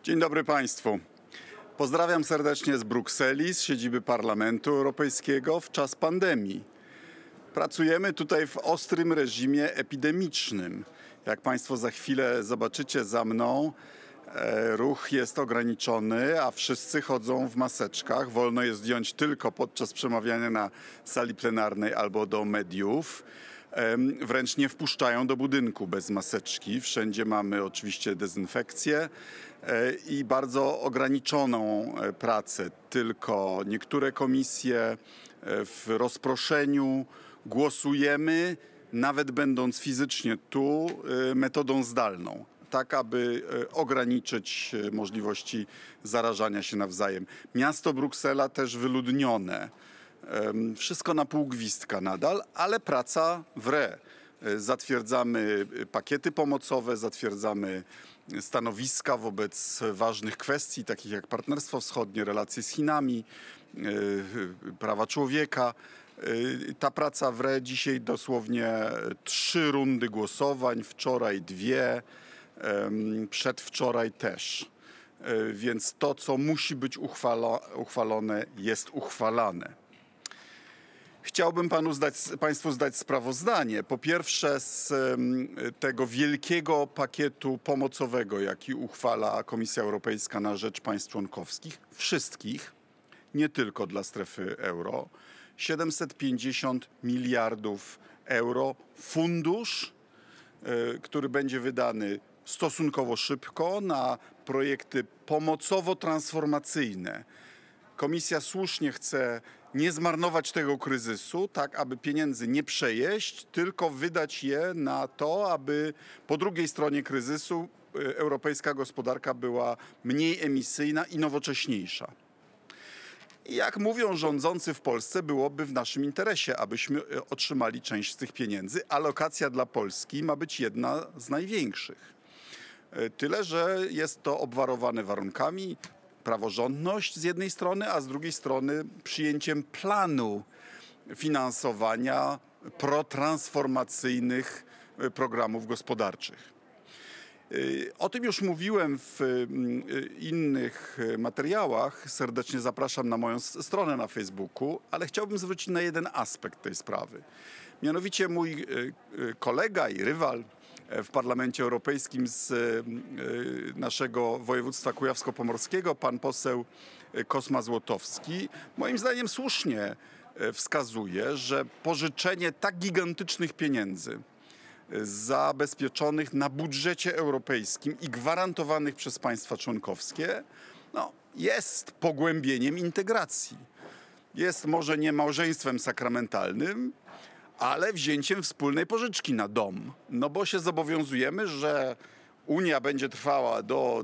Dzień dobry Państwu. Pozdrawiam serdecznie z Brukseli, z siedziby Parlamentu Europejskiego w czas pandemii. Pracujemy tutaj w ostrym reżimie epidemicznym. Jak Państwo za chwilę zobaczycie za mną, ruch jest ograniczony, a wszyscy chodzą w maseczkach. Wolno je zdjąć tylko podczas przemawiania na sali plenarnej albo do mediów. Wręcz nie wpuszczają do budynku bez maseczki. Wszędzie mamy oczywiście dezynfekcję i bardzo ograniczoną pracę. Tylko niektóre komisje w rozproszeniu głosujemy, nawet będąc fizycznie tu, metodą zdalną, tak aby ograniczyć możliwości zarażania się nawzajem. Miasto Bruksela też wyludnione. Wszystko na pół gwizdka nadal, ale praca wre. Zatwierdzamy pakiety pomocowe, zatwierdzamy stanowiska wobec ważnych kwestii, takich jak Partnerstwo Wschodnie, relacje z Chinami, prawa człowieka. Ta praca wre, dzisiaj dosłownie 3 rundy głosowań, wczoraj 2, przedwczoraj też. Więc to, co musi być uchwalone, jest uchwalane. Chciałbym Państwu zdać sprawozdanie. Po pierwsze z tego wielkiego pakietu pomocowego, jaki uchwala Komisja Europejska na rzecz państw członkowskich, wszystkich, nie tylko dla strefy euro. 750 miliardów euro, fundusz, który będzie wydany stosunkowo szybko na projekty pomocowo-transformacyjne. Komisja słusznie chce nie zmarnować tego kryzysu, tak aby pieniędzy nie przejeść, tylko wydać je na to, aby po drugiej stronie kryzysu europejska gospodarka była mniej emisyjna i nowocześniejsza. I jak mówią rządzący w Polsce, byłoby w naszym interesie, abyśmy otrzymali część z tych pieniędzy. Alokacja dla Polski ma być jedna z największych. Tyle, że jest to obwarowane warunkami, praworządność z jednej strony, a z drugiej strony przyjęciem planu finansowania protransformacyjnych programów gospodarczych. O tym już mówiłem w innych materiałach. Serdecznie zapraszam na moją stronę na Facebooku, ale chciałbym zwrócić na jeden aspekt tej sprawy. Mianowicie mój kolega i rywal w Parlamencie Europejskim z naszego województwa kujawsko-pomorskiego, pan poseł Kosma Złotowski, moim zdaniem słusznie wskazuje, że pożyczenie tak gigantycznych pieniędzy zabezpieczonych na budżecie europejskim i gwarantowanych przez państwa członkowskie, jest pogłębieniem integracji. Jest może nie małżeństwem sakramentalnym, ale wzięciem wspólnej pożyczki na dom. Bo się zobowiązujemy, że Unia będzie trwała do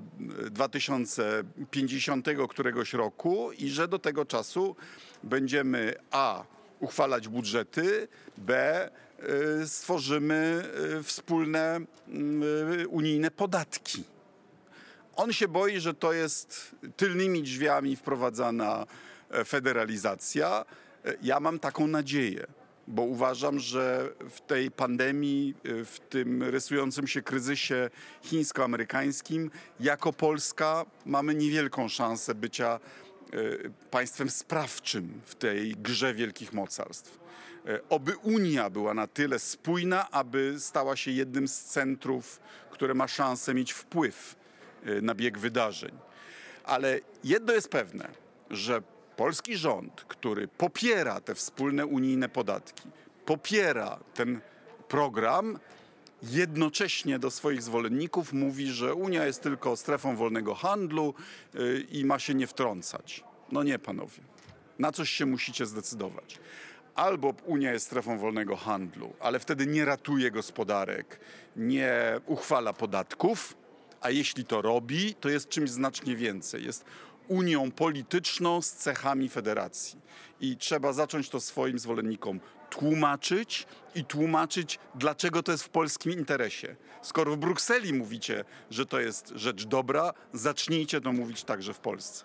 2050 któregoś roku i że do tego czasu będziemy a. uchwalać budżety, b. stworzymy wspólne unijne podatki. On się boi, że to jest tylnymi drzwiami wprowadzana federalizacja. Ja mam taką nadzieję, bo uważam, że w tej pandemii, w tym rysującym się kryzysie chińsko-amerykańskim, jako Polska mamy niewielką szansę bycia państwem sprawczym w tej grze wielkich mocarstw. Oby Unia była na tyle spójna, aby stała się jednym z centrów, które ma szansę mieć wpływ na bieg wydarzeń. Ale jedno jest pewne, że polski rząd, który popiera te wspólne unijne podatki, popiera ten program, jednocześnie do swoich zwolenników mówi, że Unia jest tylko strefą wolnego handlu i ma się nie wtrącać. Nie, panowie. Na coś się musicie zdecydować. Albo Unia jest strefą wolnego handlu, ale wtedy nie ratuje gospodarek, nie uchwala podatków, a jeśli to robi, to jest czymś znacznie więcej. Jest Unią polityczną z cechami federacji. I trzeba zacząć to swoim zwolennikom tłumaczyć, dlaczego to jest w polskim interesie. Skoro w Brukseli mówicie, że to jest rzecz dobra, zacznijcie to mówić także w Polsce.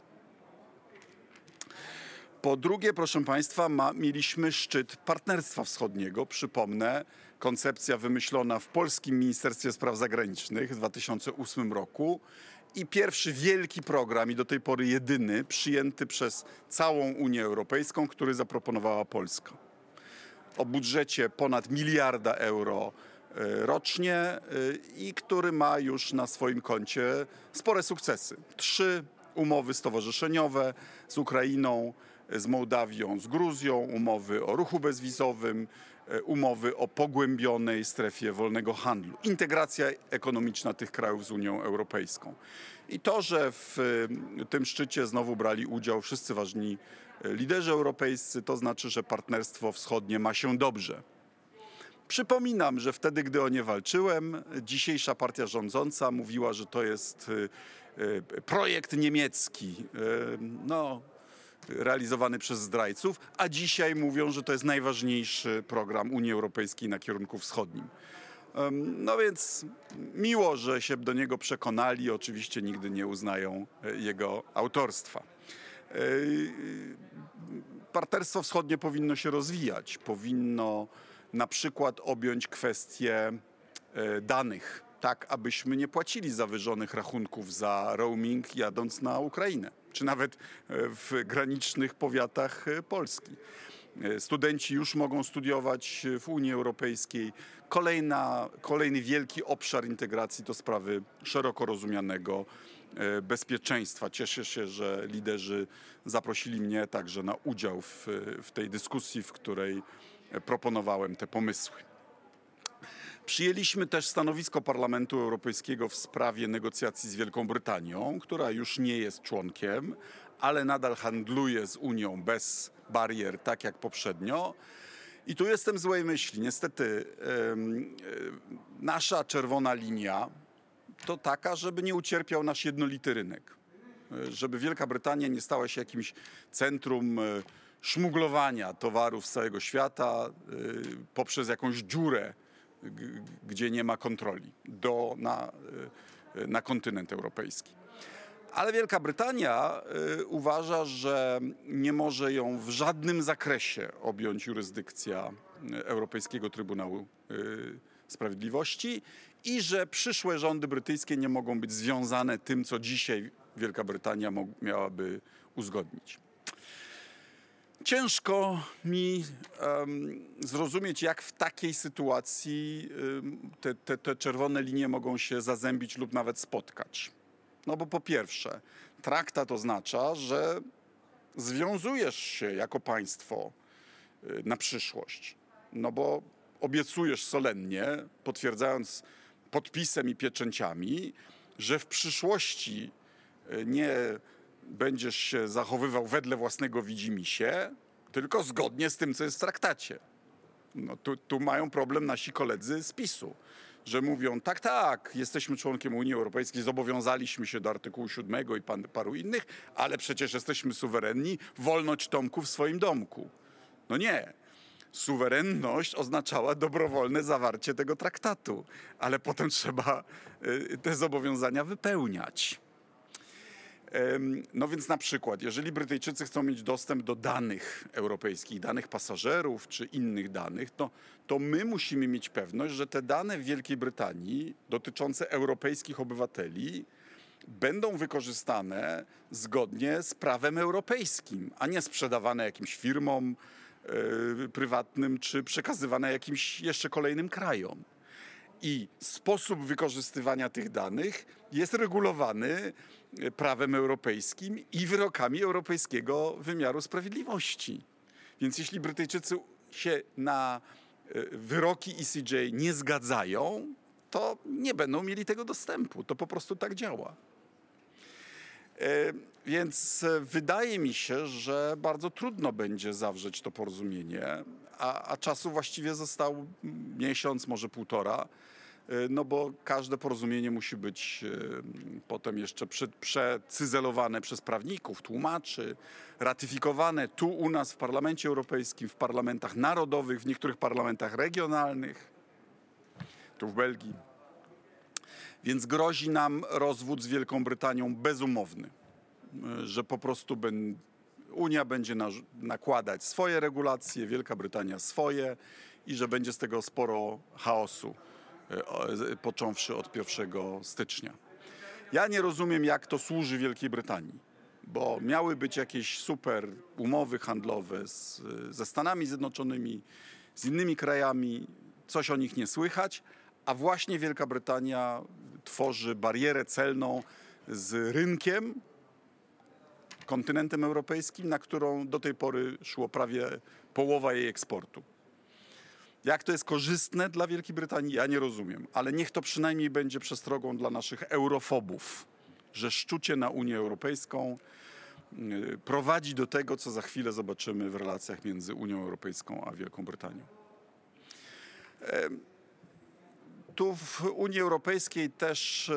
Po drugie, proszę Państwa, mieliśmy szczyt Partnerstwa Wschodniego. Przypomnę, koncepcja wymyślona w polskim Ministerstwie Spraw Zagranicznych w 2008 roku i pierwszy wielki program, i do tej pory jedyny, przyjęty przez całą Unię Europejską, który zaproponowała Polska. O budżecie ponad 1 miliarda euro rocznie i który ma już na swoim koncie spore sukcesy. 3 umowy stowarzyszeniowe z Ukrainą, z Mołdawią, z Gruzją, umowy o ruchu bezwizowym, umowy o pogłębionej strefie wolnego handlu. Integracja ekonomiczna tych krajów z Unią Europejską. I to, że w tym szczycie znowu brali udział wszyscy ważni liderzy europejscy, to znaczy, że partnerstwo wschodnie ma się dobrze. Przypominam, że wtedy, gdy o nie walczyłem, dzisiejsza partia rządząca mówiła, że to jest projekt niemiecki, realizowany przez zdrajców, a dzisiaj mówią, że to jest najważniejszy program Unii Europejskiej na kierunku wschodnim. No więc miło, że się do niego przekonali, oczywiście nigdy nie uznają jego autorstwa. Partnerstwo wschodnie powinno się rozwijać, powinno na przykład objąć kwestię danych, tak abyśmy nie płacili zawyżonych rachunków za roaming jadąc na Ukrainę, czy nawet w granicznych powiatach Polski. Studenci już mogą studiować w Unii Europejskiej. Kolejny wielki obszar integracji to sprawy szeroko rozumianego bezpieczeństwa. Cieszę się, że liderzy zaprosili mnie także na udział w tej dyskusji, w której proponowałem te pomysły. Przyjęliśmy też stanowisko Parlamentu Europejskiego w sprawie negocjacji z Wielką Brytanią, która już nie jest członkiem, ale nadal handluje z Unią bez barier, tak jak poprzednio. I tu jestem złej myśli. Niestety nasza czerwona linia to taka, żeby nie ucierpiał nasz jednolity rynek. Żeby Wielka Brytania nie stała się jakimś centrum szmuglowania towarów z całego świata poprzez jakąś dziurę, gdzie nie ma kontroli, na kontynent europejski. Ale Wielka Brytania uważa, że nie może ją w żadnym zakresie objąć jurysdykcja Europejskiego Trybunału Sprawiedliwości i że przyszłe rządy brytyjskie nie mogą być związane tym, co dzisiaj Wielka Brytania miałaby uzgodnić. Ciężko mi zrozumieć, jak w takiej sytuacji te czerwone linie mogą się zazębić lub nawet spotkać. No bo po pierwsze, traktat oznacza, że związujesz się jako państwo na przyszłość. No bo obiecujesz solennie, potwierdzając podpisem i pieczęciami, że w przyszłości nie będziesz się zachowywał wedle własnego widzimisię, tylko zgodnie z tym, co jest w traktacie. No, tu mają problem nasi koledzy z PiS-u, że mówią, tak, jesteśmy członkiem Unii Europejskiej, zobowiązaliśmy się do artykułu 7 i paru innych, ale przecież jesteśmy suwerenni, wolność Tomku w swoim domku. No nie. Suwerenność oznaczała dobrowolne zawarcie tego traktatu, ale potem trzeba te zobowiązania wypełniać. No więc na przykład, jeżeli Brytyjczycy chcą mieć dostęp do danych europejskich, danych pasażerów czy innych danych, to my musimy mieć pewność, że te dane w Wielkiej Brytanii dotyczące europejskich obywateli będą wykorzystane zgodnie z prawem europejskim, a nie sprzedawane jakimś firmom prywatnym czy przekazywane jakimś jeszcze kolejnym krajom. I sposób wykorzystywania tych danych jest regulowany prawem europejskim i wyrokami Europejskiego Wymiaru Sprawiedliwości. Więc jeśli Brytyjczycy się na wyroki ECJ nie zgadzają, to nie będą mieli tego dostępu. To po prostu tak działa. Więc wydaje mi się, że bardzo trudno będzie zawrzeć to porozumienie, a czasu właściwie został miesiąc, może 1,5, no bo każde porozumienie musi być potem jeszcze przecyzelowane przez prawników, tłumaczy, ratyfikowane tu u nas w Parlamencie Europejskim, w parlamentach narodowych, w niektórych parlamentach regionalnych, tu w Belgii. Więc grozi nam rozwód z Wielką Brytanią bezumowny, że po prostu Unia będzie nakładać swoje regulacje, Wielka Brytania swoje i że będzie z tego sporo chaosu, począwszy od 1 stycznia. Ja nie rozumiem, jak to służy Wielkiej Brytanii, bo miały być jakieś super umowy handlowe ze Stanami Zjednoczonymi, z innymi krajami, coś o nich nie słychać, a właśnie Wielka Brytania tworzy barierę celną z rynkiem, kontynentem europejskim, na którą do tej pory szło prawie połowa jej eksportu. Jak to jest korzystne dla Wielkiej Brytanii, ja nie rozumiem, ale niech to przynajmniej będzie przestrogą dla naszych eurofobów, że szczucie na Unię Europejską prowadzi do tego, co za chwilę zobaczymy w relacjach między Unią Europejską a Wielką Brytanią. Tu w Unii Europejskiej też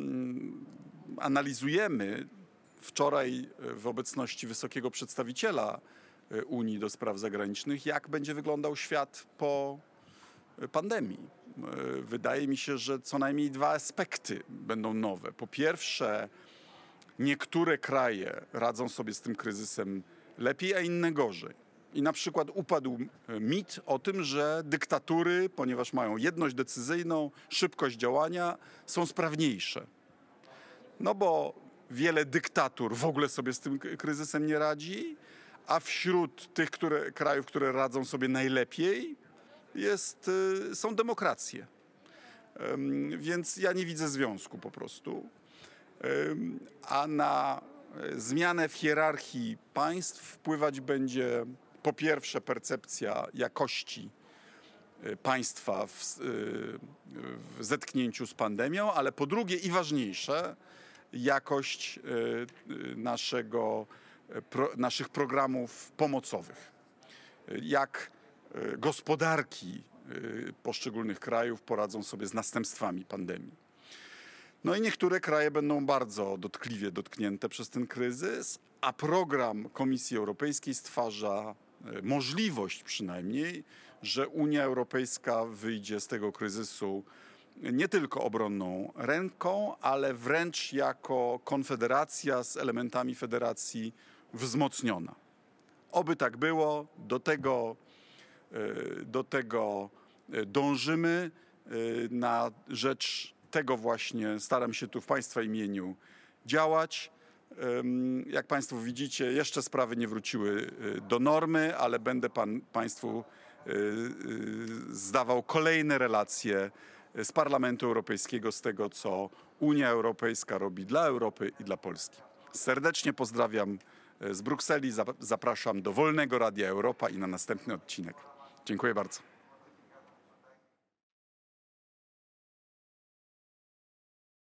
analizujemy wczoraj w obecności wysokiego przedstawiciela Unii do spraw zagranicznych, jak będzie wyglądał świat po pandemii. Wydaje mi się, że co najmniej dwa aspekty będą nowe. Po pierwsze, niektóre kraje radzą sobie z tym kryzysem lepiej, a inne gorzej. I na przykład upadł mit o tym, że dyktatury, ponieważ mają jedność decyzyjną, szybkość działania, są sprawniejsze. No bo wiele dyktatur w ogóle sobie z tym kryzysem nie radzi, a wśród tych krajów, które radzą sobie najlepiej, są demokracje. Więc ja nie widzę związku po prostu. A na zmianę w hierarchii państw wpływać będzie po pierwsze percepcja jakości państwa w zetknięciu z pandemią, ale po drugie i ważniejsze, jakość naszych programów pomocowych. Jak gospodarki poszczególnych krajów poradzą sobie z następstwami pandemii. No i niektóre kraje będą bardzo dotkliwie dotknięte przez ten kryzys, a program Komisji Europejskiej stwarza możliwość przynajmniej, że Unia Europejska wyjdzie z tego kryzysu nie tylko obronną ręką, ale wręcz jako konfederacja z elementami federacji wzmocniona. Oby tak było, do tego dążymy. Na rzecz tego właśnie staram się tu w Państwa imieniu działać. Jak Państwo widzicie, jeszcze sprawy nie wróciły do normy, ale będę Państwu zdawał kolejne relacje z Parlamentu Europejskiego, z tego, co Unia Europejska robi dla Europy i dla Polski. Serdecznie pozdrawiam z Brukseli, zapraszam do Wolnego Radia Europa i na następny odcinek. Dziękuję bardzo.